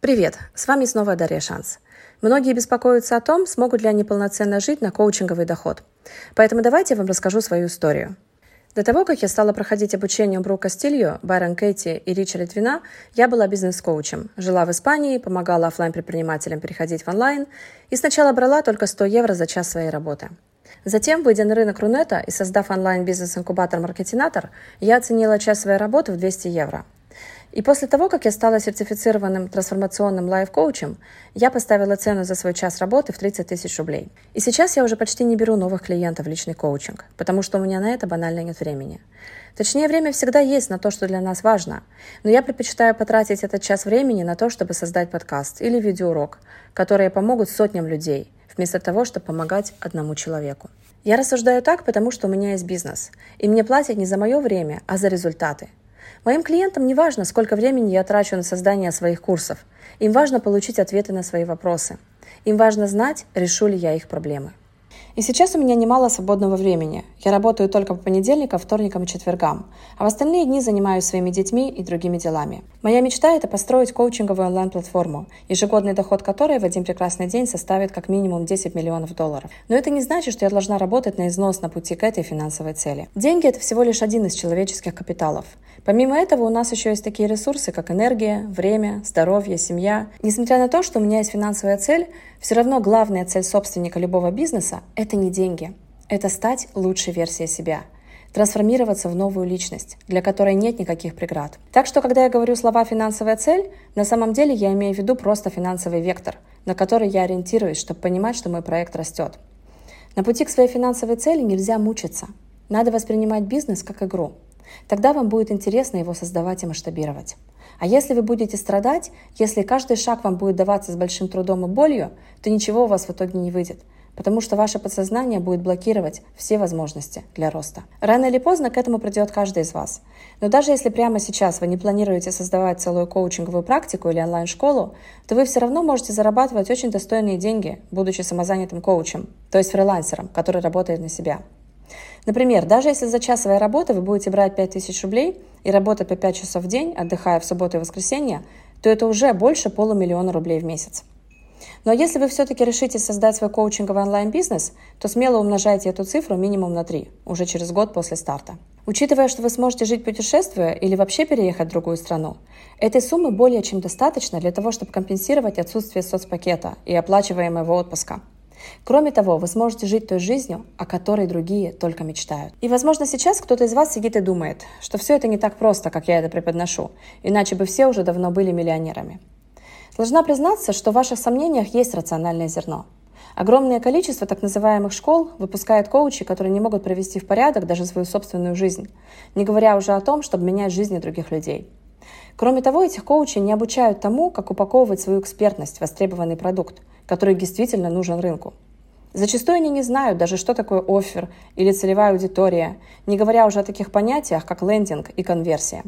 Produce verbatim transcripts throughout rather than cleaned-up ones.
Привет, с вами снова Дарья Шанс. Многие беспокоятся о том, смогут ли они полноценно жить на коучинговый доход. Поэтому давайте я вам расскажу свою историю. До того, как я стала проходить обучение у Брука Стильо, Байрон Кэти и Рича Литвина, я была бизнес-коучем. Жила в Испании, помогала офлайн-предпринимателям переходить в онлайн и сначала брала только сто евро за час своей работы. Затем, выйдя на рынок Рунета и создав онлайн-бизнес-инкубатор Маркетинатор, я оценила час своей работы в двести евро. И после того, как я стала сертифицированным трансформационным лайф-коучем, я поставила цену за свой час работы в тридцать тысяч рублей. И сейчас я уже почти не беру новых клиентов в личный коучинг, потому что у меня на это банально нет времени. Точнее, время всегда есть на то, что для нас важно, но я предпочитаю потратить этот час времени на то, чтобы создать подкаст или видеоурок, которые помогут сотням людей, вместо того, чтобы помогать одному человеку. Я рассуждаю так, потому что у меня есть бизнес, и мне платят не за мое время, а за результаты. Моим клиентам не важно, сколько времени я трачу на создание своих курсов. Им важно получить ответы на свои вопросы. Им важно знать, решу ли я их проблемы. И сейчас у меня немало свободного времени. Я работаю только по понедельникам, вторникам и четвергам, а в остальные дни занимаюсь своими детьми и другими делами. Моя мечта – это построить коучинговую онлайн-платформу, ежегодный доход которой в один прекрасный день составит как минимум десять миллионов долларов. Но это не значит, что я должна работать на износ на пути к этой финансовой цели. Деньги – это всего лишь один из человеческих капиталов. Помимо этого, у нас еще есть такие ресурсы, как энергия, время, здоровье, семья. Несмотря на то, что у меня есть финансовая цель, все равно главная цель собственника любого бизнеса – это не деньги. Это стать лучшей версией себя. Трансформироваться в новую личность, для которой нет никаких преград. Так что, когда я говорю слова «финансовая цель», на самом деле я имею в виду просто финансовый вектор, на который я ориентируюсь, чтобы понимать, что мой проект растет. На пути к своей финансовой цели нельзя мучиться. Надо воспринимать бизнес как игру. Тогда вам будет интересно его создавать и масштабировать. А если вы будете страдать, если каждый шаг вам будет даваться с большим трудом и болью, то ничего у вас в итоге не выйдет, потому что ваше подсознание будет блокировать все возможности для роста. Рано или поздно к этому придет каждый из вас. Но даже если прямо сейчас вы не планируете создавать целую коучинговую практику или онлайн-школу, то вы все равно можете зарабатывать очень достойные деньги, будучи самозанятым коучем, то есть фрилансером, который работает на себя. Например, даже если за час своей работы вы будете брать пять тысяч рублей и работать по пять часов в день, отдыхая в субботу и воскресенье, то это уже больше полумиллиона рублей в месяц. Но если вы все-таки решите создать свой коучинговый онлайн-бизнес, то смело умножайте эту цифру минимум на три, уже через год после старта. Учитывая, что вы сможете жить путешествуя или вообще переехать в другую страну, этой суммы более чем достаточно для того, чтобы компенсировать отсутствие соцпакета и оплачиваемого отпуска. Кроме того, вы сможете жить той жизнью, о которой другие только мечтают. И, возможно, сейчас кто-то из вас сидит и думает, что все это не так просто, как я это преподношу, иначе бы все уже давно были миллионерами. Должна признаться, что в ваших сомнениях есть рациональное зерно. Огромное количество так называемых школ выпускает коучи, которые не могут привести в порядок даже свою собственную жизнь, не говоря уже о том, чтобы менять жизни других людей. Кроме того, этих коучей не обучают тому, как упаковывать свою экспертность в востребованный продукт, который действительно нужен рынку. Зачастую они не знают даже, что такое оффер или целевая аудитория, не говоря уже о таких понятиях, как лендинг и конверсия.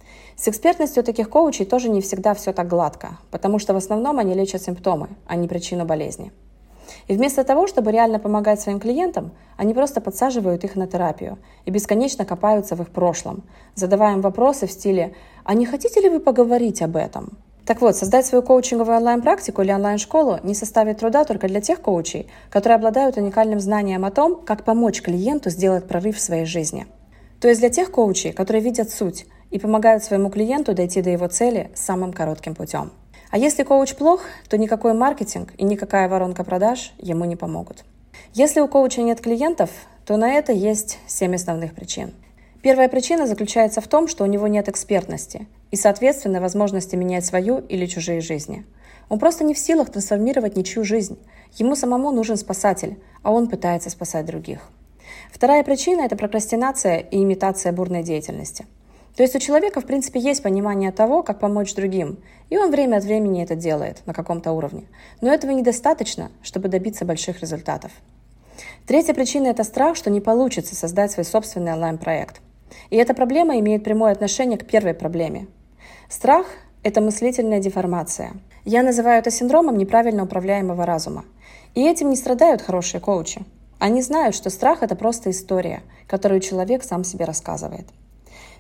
С экспертностью таких коучей тоже не всегда все так гладко, потому что в основном они лечат симптомы, а не причину болезни. И вместо того, чтобы реально помогать своим клиентам, они просто подсаживают их на терапию и бесконечно копаются в их прошлом, задавая им вопросы в стиле «А не хотите ли вы поговорить об этом?». Так вот, создать свою коучинговую онлайн-практику или онлайн-школу не составит труда только для тех коучей, которые обладают уникальным знанием о том, как помочь клиенту сделать прорыв в своей жизни. То есть для тех коучей, которые видят суть и помогают своему клиенту дойти до его цели самым коротким путем. А если коуч плох, то никакой маркетинг и никакая воронка продаж ему не помогут. Если у коуча нет клиентов, то на это есть семь основных причин. Первая причина заключается в том, что у него нет экспертности и, соответственно, возможности менять свою или чужие жизни. Он просто не в силах трансформировать ничью жизнь. Ему самому нужен спасатель, а он пытается спасать других. Вторая причина – это прокрастинация и имитация бурной деятельности. То есть у человека, в принципе, есть понимание того, как помочь другим, и он время от времени это делает на каком-то уровне. Но этого недостаточно, чтобы добиться больших результатов. Третья причина – это страх, что не получится создать свой собственный онлайн-проект. И эта проблема имеет прямое отношение к первой проблеме. Страх – это мыслительная деформация. Я называю это синдромом неправильно управляемого разума. И этим не страдают хорошие коучи. Они знают, что страх – это просто история, которую человек сам себе рассказывает.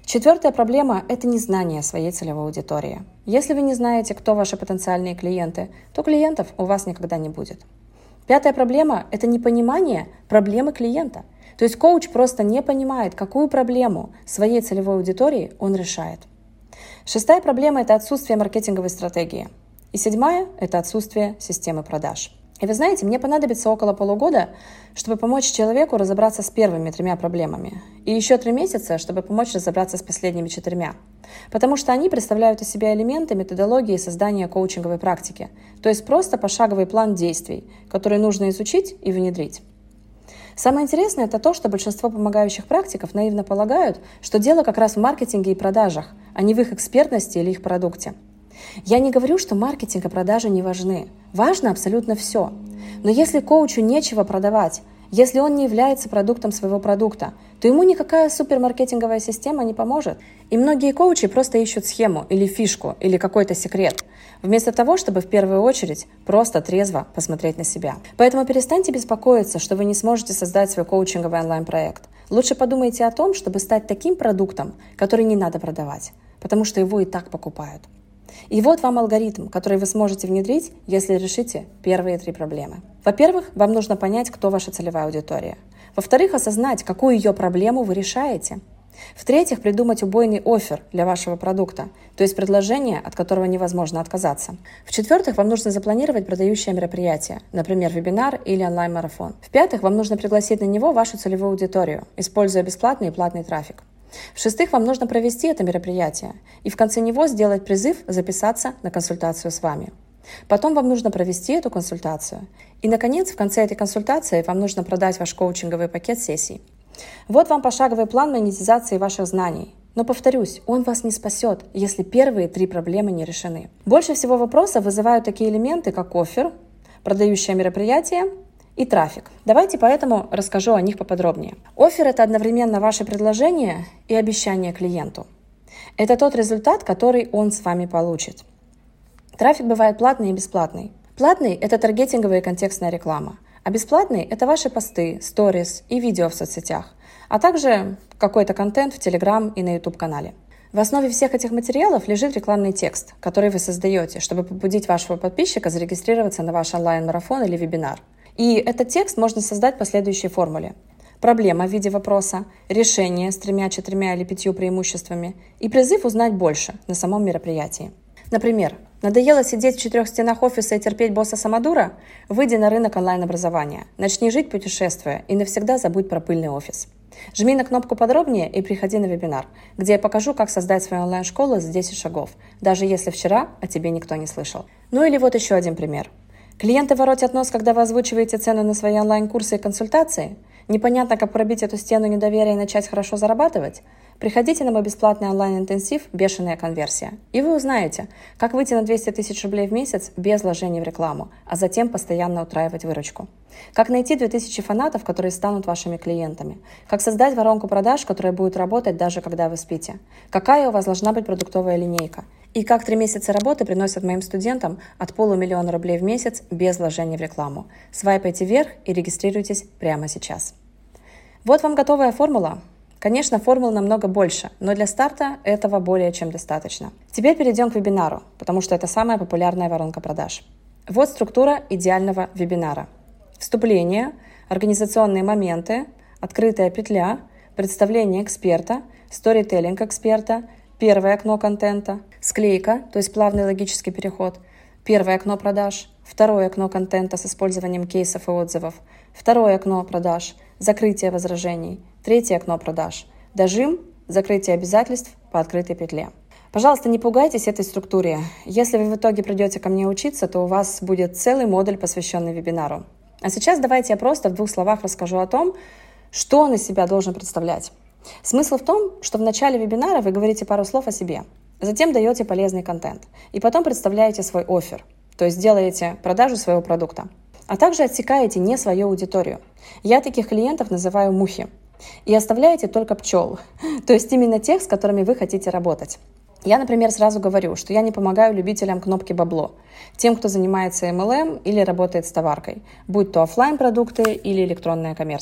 Четвертая проблема – это незнание своей целевой аудитории. Если вы не знаете, кто ваши потенциальные клиенты, то клиентов у вас никогда не будет. Пятая проблема – это непонимание проблемы клиента. То есть коуч просто не понимает, какую проблему своей целевой аудитории он решает. Шестая проблема – это отсутствие маркетинговой стратегии. И седьмая – это отсутствие системы продаж. И вы знаете, мне понадобится около полугода, чтобы помочь человеку разобраться с первыми тремя проблемами. И еще три месяца, чтобы помочь разобраться с последними четырьмя. Потому что они представляют из себя элементы методологии создания коучинговой практики. То есть просто пошаговый план действий, который нужно изучить и внедрить. Самое интересное – это то, что большинство помогающих практиков наивно полагают, что дело как раз в маркетинге и продажах, а не в их экспертности или их продукте. Я не говорю, что маркетинг и продажи не важны. Важно абсолютно все. Но если коучу нечего продавать, если он не является продуктом своего продукта, то ему никакая супермаркетинговая система не поможет. И многие коучи просто ищут схему или фишку, или какой-то секрет, вместо того, чтобы в первую очередь просто трезво посмотреть на себя. Поэтому перестаньте беспокоиться, что вы не сможете создать свой коучинговый онлайн-проект. Лучше подумайте о том, чтобы стать таким продуктом, который не надо продавать, потому что его и так покупают. И вот вам алгоритм, который вы сможете внедрить, если решите первые три проблемы. Во-первых, вам нужно понять, кто ваша целевая аудитория. Во-вторых, осознать, какую ее проблему вы решаете. В-третьих, придумать убойный оффер для вашего продукта, то есть предложение, от которого невозможно отказаться. В-четвертых, вам нужно запланировать продающее мероприятие, например, вебинар или онлайн-марафон. В-пятых, вам нужно пригласить на него вашу целевую аудиторию, используя бесплатный и платный трафик. В-шестых, вам нужно провести это мероприятие и в конце него сделать призыв записаться на консультацию с вами. Потом вам нужно провести эту консультацию. И, наконец, в конце этой консультации вам нужно продать ваш коучинговый пакет сессий. Вот вам пошаговый план монетизации ваших знаний. Но, повторюсь, он вас не спасет, если первые три проблемы не решены. Больше всего вопросов вызывают такие элементы, как оффер, продающее мероприятие и трафик. Давайте поэтому расскажу о них поподробнее. Оффер – это одновременно ваше предложение и обещание клиенту. Это тот результат, который он с вами получит. Трафик бывает платный и бесплатный. Платный – это таргетинговая и контекстная реклама, а бесплатный – это ваши посты, сторис и видео в соцсетях, а также какой-то контент в Telegram и на YouTube-канале. В основе всех этих материалов лежит рекламный текст, который вы создаете, чтобы побудить вашего подписчика зарегистрироваться на ваш онлайн-марафон или вебинар. И этот текст можно создать по следующей формуле. Проблема в виде вопроса, решение с тремя, четырьмя или пятью преимуществами и призыв узнать больше на самом мероприятии. Например, надоело сидеть в четырех стенах офиса и терпеть босса-самодура? Выйди на рынок онлайн-образования, начни жить путешествуя и навсегда забудь про пыльный офис. Жми на кнопку «Подробнее» и приходи на вебинар, где я покажу, как создать свою онлайн-школу за десять шагов, даже если вчера о тебе никто не слышал. Ну или вот еще один пример. Клиенты воротят нос, когда вы озвучиваете цены на свои онлайн-курсы и консультации? Непонятно, как пробить эту стену недоверия и начать хорошо зарабатывать? Приходите на мой бесплатный онлайн-интенсив «Бешеная конверсия». И вы узнаете, как выйти на двести тысяч рублей в месяц без вложений в рекламу, а затем постоянно утраивать выручку. Как найти две тысячи фанатов, которые станут вашими клиентами. Как создать воронку продаж, которая будет работать даже когда вы спите. Какая у вас должна быть продуктовая линейка. И как три месяца работы приносят моим студентам от полумиллиона рублей в месяц без вложений в рекламу. Свайпайте вверх и регистрируйтесь прямо сейчас. Вот вам готовая формула. Конечно, формул намного больше, но для старта этого более чем достаточно. Теперь перейдем к вебинару, потому что это самая популярная воронка продаж. Вот структура идеального вебинара. Вступление, организационные моменты, открытая петля, представление эксперта, сторителлинг эксперта, первое окно контента, склейка, то есть плавный логический переход, первое окно продаж, второе окно контента с использованием кейсов и отзывов, второе окно продаж, закрытие возражений, третье окно продаж, дожим, закрытие обязательств по открытой петле. Пожалуйста, не пугайтесь этой структуре. Если вы в итоге придете ко мне учиться, то у вас будет целый модуль, посвященный вебинару. А сейчас давайте я просто в двух словах расскажу о том, что он из себя должен представлять. Смысл в том, что в начале вебинара вы говорите пару слов о себе, затем даете полезный контент, и потом представляете свой оффер, то есть делаете продажу своего продукта, а также отсекаете не свою аудиторию. Я таких клиентов называю мухи. И оставляете только пчел, то есть именно тех, с которыми вы хотите работать. Я, например, сразу говорю, что я не помогаю любителям кнопки бабло, тем, кто занимается эм эл эм или работает с товаркой, будь то офлайн продукты или электронная коммерция.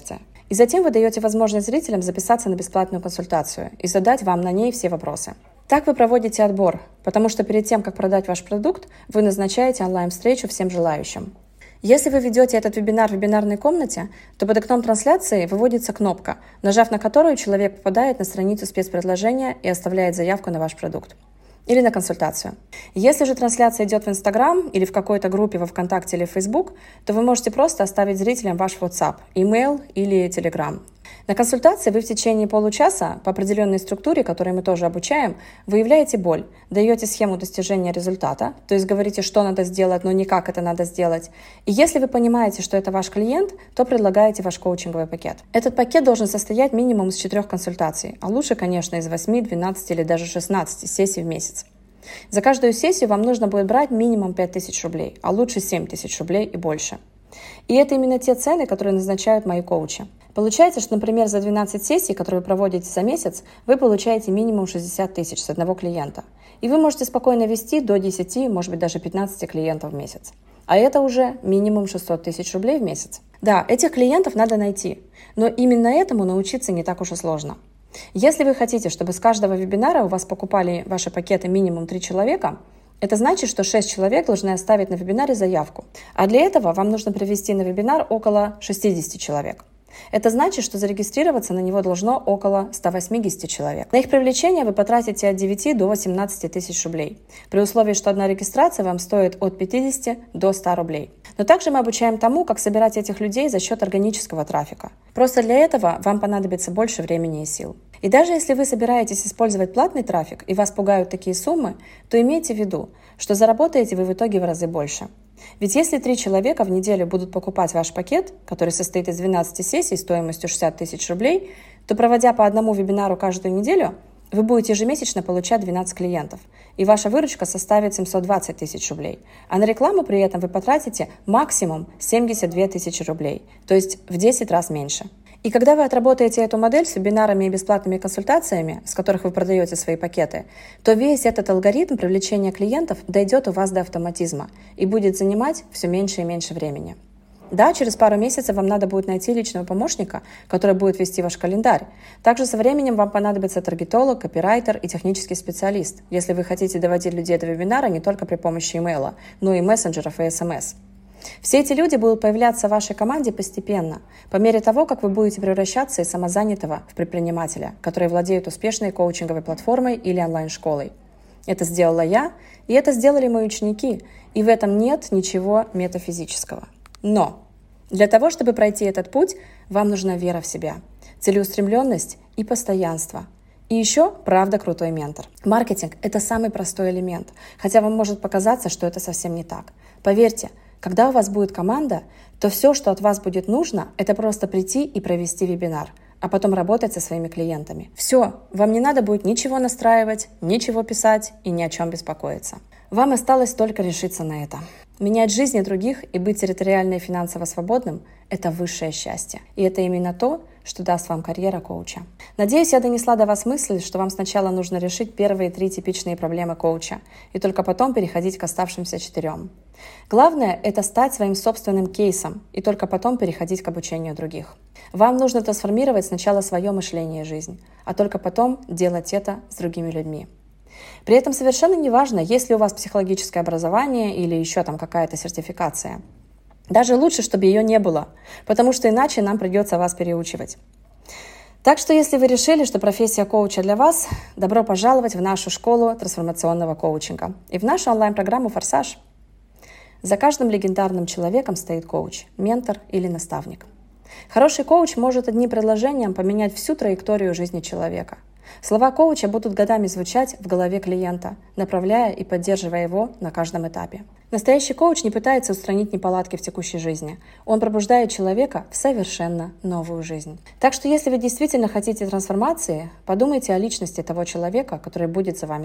И затем вы даете возможность зрителям записаться на бесплатную консультацию и задать вам на ней все вопросы. Так вы проводите отбор, потому что перед тем, как продать ваш продукт, вы назначаете онлайн-встречу всем желающим. Если вы ведете этот вебинар в вебинарной комнате, то под окном трансляции выводится кнопка, нажав на которую человек попадает на страницу спецпредложения и оставляет заявку на ваш продукт или на консультацию. Если же трансляция идет в Instagram или в какой-то группе во ВКонтакте или в Facebook, то вы можете просто оставить зрителям ваш WhatsApp, email или Telegram. На консультации вы в течение получаса по определенной структуре, которой мы тоже обучаем, выявляете боль, даете схему достижения результата, то есть говорите, что надо сделать, но не как это надо сделать. И если вы понимаете, что это ваш клиент, то предлагаете ваш коучинговый пакет. Этот пакет должен состоять минимум из четырех консультаций, а лучше, конечно, из восьми, двенадцати или даже шестнадцати сессий в месяц. За каждую сессию вам нужно будет брать минимум пять тысяч рублей, а лучше семь тысяч рублей и больше. И это именно те цены, которые назначают мои коучи. Получается, что, например, за двенадцать сессий, которые вы проводите за месяц, вы получаете минимум шестьдесят тысяч с одного клиента. И вы можете спокойно вести до десяти, может быть, даже пятнадцати клиентов в месяц. А это уже минимум шестьсот тысяч рублей в месяц. Да, этих клиентов надо найти, но именно этому научиться не так уж и сложно. Если вы хотите, чтобы с каждого вебинара у вас покупали ваши пакеты минимум три человека, это значит, что шесть человек должны оставить на вебинаре заявку. А для этого вам нужно привести на вебинар около шестидесяти человек. Это значит, что зарегистрироваться на него должно около ста восьмидесяти человек. На их привлечение вы потратите от девяти до восемнадцати тысяч рублей, при условии, что одна регистрация вам стоит от пятидесяти до ста рублей. Но также мы обучаем тому, как собирать этих людей за счет органического трафика. Просто для этого вам понадобится больше времени и сил. И даже если вы собираетесь использовать платный трафик и вас пугают такие суммы, то имейте в виду, что заработаете вы в итоге в разы больше. Ведь если три человека в неделю будут покупать ваш пакет, который состоит из двенадцати сессий стоимостью шестьдесят тысяч рублей, то, проводя по одному вебинару каждую неделю, вы будете ежемесячно получать двенадцать клиентов, и ваша выручка составит семьсот двадцать тысяч рублей. А на рекламу при этом вы потратите максимум семьдесят две тысячи рублей, то есть в десять раз меньше. И когда вы отработаете эту модель с вебинарами и бесплатными консультациями, с которых вы продаете свои пакеты, то весь этот алгоритм привлечения клиентов дойдет у вас до автоматизма и будет занимать все меньше и меньше времени. Да, через пару месяцев вам надо будет найти личного помощника, который будет вести ваш календарь. Также со временем вам понадобится таргетолог, копирайтер и технический специалист, если вы хотите доводить людей до вебинара не только при помощи имейла, но и мессенджеров и смс. Все эти люди будут появляться в вашей команде постепенно, по мере того, как вы будете превращаться из самозанятого в предпринимателя, который владеет успешной коучинговой платформой или онлайн-школой. Это сделала я, и это сделали мои ученики, и в этом нет ничего метафизического. Но для того, чтобы пройти этот путь, вам нужна вера в себя, целеустремленность и постоянство. И еще, правда, крутой ментор. Маркетинг – это самый простой элемент, хотя вам может показаться, что это совсем не так. Поверьте, когда у вас будет команда, то все, что от вас будет нужно, это просто прийти и провести вебинар, а потом работать со своими клиентами. Все, вам не надо будет ничего настраивать, ничего писать и ни о чем беспокоиться. Вам осталось только решиться на это. Менять жизни других и быть территориально и финансово свободным – это высшее счастье. И это именно то, что даст вам карьера коуча. Надеюсь, я донесла до вас мысль, что вам сначала нужно решить первые три типичные проблемы коуча, и только потом переходить к оставшимся четырем. Главное – это стать своим собственным кейсом, и только потом переходить к обучению других. Вам нужно трансформировать сначала свое мышление и жизнь, а только потом делать это с другими людьми. При этом совершенно не важно, есть ли у вас психологическое образование или еще там какая-то сертификация. Даже лучше, чтобы ее не было, потому что иначе нам придется вас переучивать. Так что, если вы решили, что профессия коуча для вас, добро пожаловать в нашу школу трансформационного коучинга и в нашу онлайн-программу «Форсаж». За каждым легендарным человеком стоит коуч, ментор или наставник. Хороший коуч может одним предложением поменять всю траекторию жизни человека. Слова коуча будут годами звучать в голове клиента, направляя и поддерживая его на каждом этапе. Настоящий коуч не пытается устранить неполадки в текущей жизни. Он пробуждает человека в совершенно новую жизнь. Так что если вы действительно хотите трансформации, подумайте о личности того человека, который будет за вами